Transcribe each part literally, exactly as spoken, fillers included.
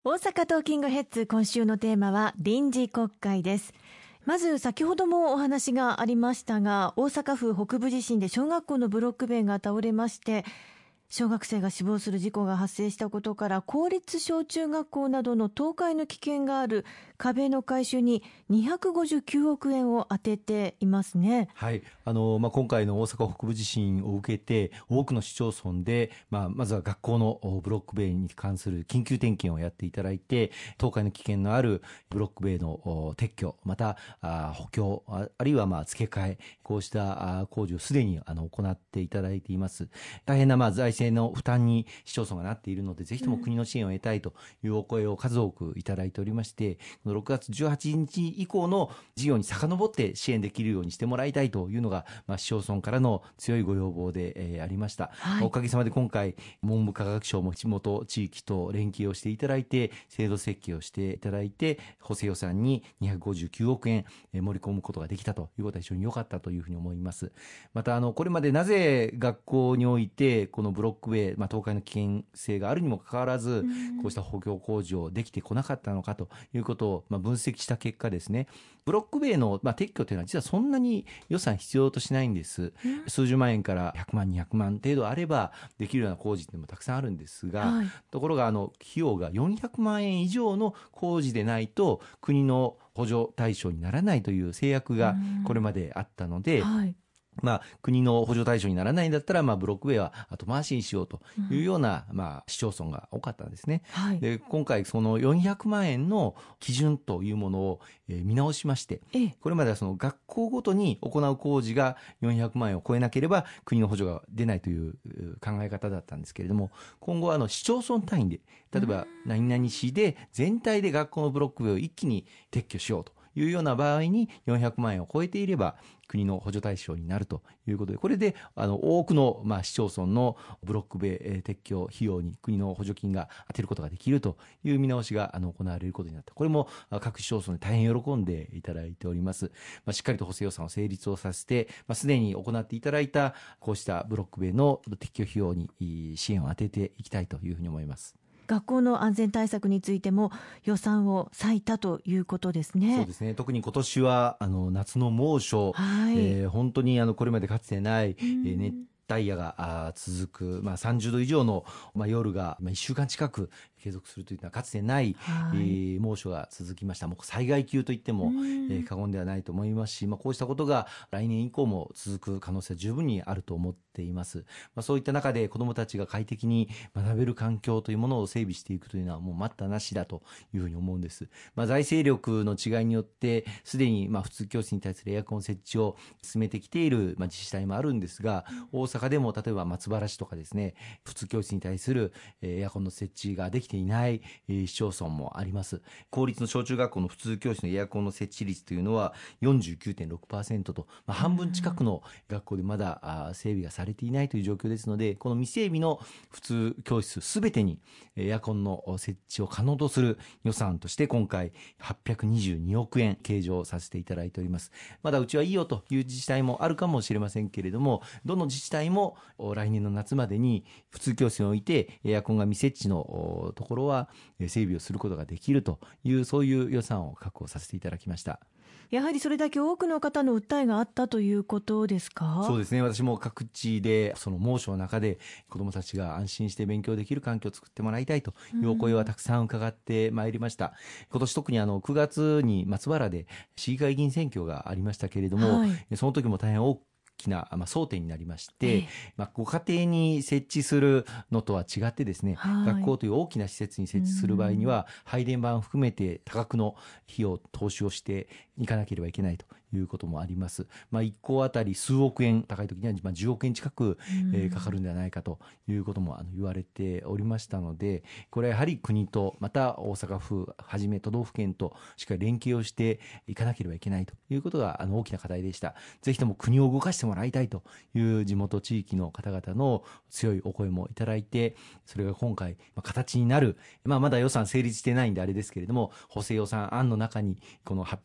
大阪トーキングヘッズ、今週のテーマは臨時国会です。まず先ほどもお話がありましたが、大阪府北部地震で小学校のブロック塀が倒れまして、小学生が死亡する事故が発生したことから、公立小中学校などの倒壊の危険がある壁の改修ににひゃくごじゅうきゅうおくえんを充てていますね。 はい、あのまあ、今回の大阪北部地震を受けて、多くの市町村で、まあ、まずは学校のブロック塀に関する緊急点検をやっていただいて、倒壊の危険のあるブロック塀の撤去、またあ補強、ああるいはまあ付け替え、こうした工事をすでにあの行っていただいています。大変なまあ財政の負担に市町村がなっているので、ぜひとも国の支援を得たいというお声を数多くいただいておりまして、ろくがつじゅうはちにち以降の事業に遡って支援できるようにしてもらいたいというのが、まあ、市町村からの強いご要望で、えー、ありました、はい、おかげさまで今回文部科学省も地元地域と連携をしていただいて、制度設計をしていただいて、補正予算ににひゃくごじゅうきゅうおくえん盛り込むことができたということは非常に良かったというふうに思います。またあのこれまでなぜ学校においてこのブロック塀、まあ、倒壊の危険性があるにもかかわらず、こうした補強工事をできてこなかったのかということを、まあ、分析した結果ですね、ブロック塀の、まあ、撤去というのは実はそんなに予算必要としないんです。数十万円からひゃくまんにひゃくまん程度あればできるような工事っていうのもたくさんあるんですが、はい、ところがあの費用がよんひゃくまんえん以上の工事でないと国の補助対象にならないという制約がこれまであったので、はい、まあ、国の補助対象にならないんだったら、まあ、ブロック塀は後回しにしようというような、うん、まあ、市町村が多かったんですね、はい、で今回そのよんひゃくまんえんの基準というものを、えー、見直しまして、これまではその学校ごとに行う工事がよんひゃくまんえんを超えなければ国の補助が出ないという考え方だったんですけれども、今後はあの市町村単位で、例えば何々市で全体で学校のブロック塀を一気に撤去しようというような場合によんひゃくまんえんを超えていれば国の補助対象になるということで、これであの多くの、まあ、市町村のブロック塀撤去費用に国の補助金が充てることができるという見直しがあの行われることになった。これも各市町村で大変喜んでいただいております。まあ、しっかりと補正予算を成立をさせて、まあ、すでに行っていただいたこうしたブロック塀の撤去費用に支援を当てていきたいというふうに思います。 学校の安全対策についても予算を割いたということですね。 そうですね、特に今年はあの夏の猛暑、はい、えー、本当にあのこれまでかつてない、えー、熱帯夜が続く、まあ、さんじゅうど以上の、まあ、夜が、まあ、いっしゅうかん近く継続するというのはかつてない、はい、えー、猛暑が続きました。もう災害級といっても、えー、過言ではないと思いますし、まあ、こうしたことが来年以降も続く可能性は十分にあると思っています。まあ、そういった中で子どもたちが快適に学べる環境というものを整備していくというのはもう待ったなしだというふうに思うんです。まあ、財政力の違いによってすでにまあ普通教室に対するエアコン設置を進めてきているまあ自治体もあるんですが、大阪でも例えば松原市とかですね、普通教室に対するエアコンの設置ができていない市町村もあります。公立の小中学校の普通教室のエアコンの設置率というのは よんじゅうきゅうてんろくパーセント と、まあ、半分近くの学校でまだ整備がされていないという状況ですので、この未整備の普通教室すべてにエアコンの設置を可能とする予算として今回はっぴゃくにじゅうにおくえん計上させていただいております。まだうちはいいよという自治体もあるかもしれませんけれども、どの自治体も来年の夏までに普通教室においてエアコンが未設置のところは整備をすることができるという、そういう予算を確保させていただきました。 やはりそれだけ多くの方の訴えがあったということですか？ そうですね、私も各地でその猛暑の中で子どもたちが安心して勉強できる環境を作ってもらいたいというお声はたくさん伺ってまいりました、うん、今年特にあのくがつに松原で市議会議員選挙がありましたけれども、はい、その時も大変多く大きな、まあ、争点になりまして、ええまあ、ご家庭に設置するのとは違ってですね、はい、学校という大きな施設に設置する場合には配電盤を含めて多額の費用投資をしていかなければいけないということもあります。まあ、いっこあたり数億円、高い時にはまあじゅうおくえん近く、えー、かかるんではないかということもあの言われておりましたので、これはやはり国とまた大阪府はじめ都道府県としっかり連携をしていかなければいけないということがあの大きな課題でした。ぜひとも国を動かしてもらいたいという地元地域の方々の強いお声もいただいて、それが今回、まあ、形になる、まあ、まだ予算成立してないんであれですけれども、補正予算案の中にこのはっぴゃくにじゅうに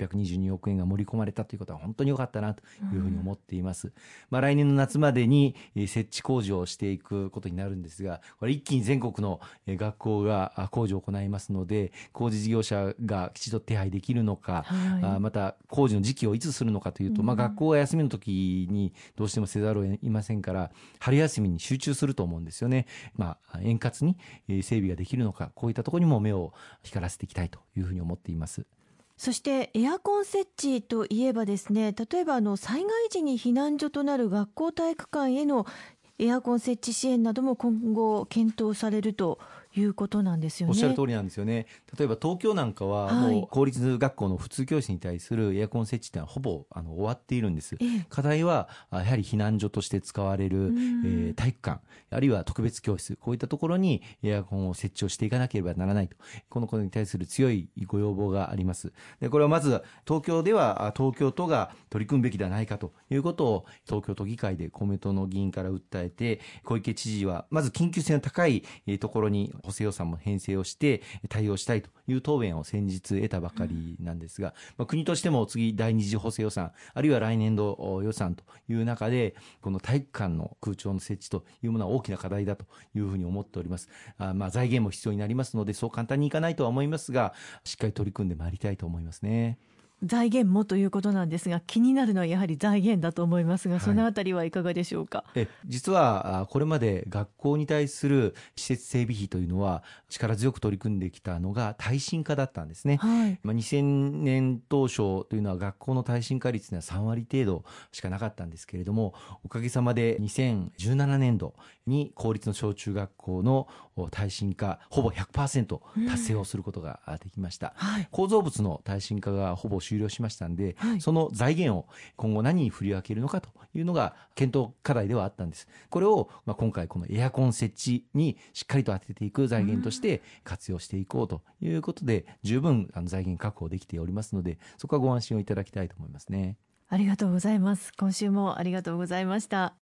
におくえんが盛り込まれたということは本当に良かったなというふうに思っています、うんまあ、来年の夏までに設置工事をしていくことになるんですが、これ一気に全国の学校が工事を行いますので、工事事業者がきちんと手配できるのか、はい、また工事の時期をいつするのかというと、まあ、学校が休みの時にどうしてもせざるを得ませんから、春休みに集中すると思うんですよね。まあ、円滑に整備ができるのか、こういったところにも目を光らせていきたいというふうに思っています。 そしてエアコン設置といえばですね、例えばあの災害時に避難所となる学校体育館へのエアコン設置支援なども今後検討されるということなんですよね。 おっしゃる通りなんですよね。例えば東京なんかはもう公立学校の普通教室に対するエアコン設置というのはほぼあの終わっているんです、ええ、課題はやはり避難所として使われる、えー、体育館あるいは特別教室、こういったところにエアコンを設置をしていかなければならないと、このことに対する強いご要望があります。でこれはまず東京では東京都が取り組むべきではないかということを東京都議会で公明党の議員から訴えて、小池知事はまず緊急性の高いところに補正予算も編成をして対応したいという答弁を先日得たばかりなんですが、まあ、国としても次第二次補正予算あるいは来年度予算という中でこの体育館の空調の設置というものは大きな課題だというふうに思っております。あまあ財源も必要になりますので、そう簡単にいかないとは思いますが、しっかり取り組んでまいりたいと思いますね。 財源もということなんですが、気になるのはやはり財源だと思いますが、そのあたりはいかがでしょうか。 はい、え実はこれまで学校に対する施設整備費というのは力強く取り組んできたのが耐震化だったんですね、はいまあ、にせんねん当初というのは学校の耐震化率はさんわり程度しかなかったんですけれども、おかげさまでにせんじゅうななねんどに公立の小中学校の耐震化ほぼ ひゃくパーセント 達成をすることができました、うんはい、構造物の耐震化がほぼ終了しましたんで、はい、その財源を今後何に振り分けるのかというのが検討課題ではあったんです。これを、まあ、今回このエアコン設置にしっかりと当てていく財源として活用していこうということで、うん、十分あの財源確保できておりますので、そこはご安心をいただきたいと思いますね。 ありがとうございます。今週もありがとうございました。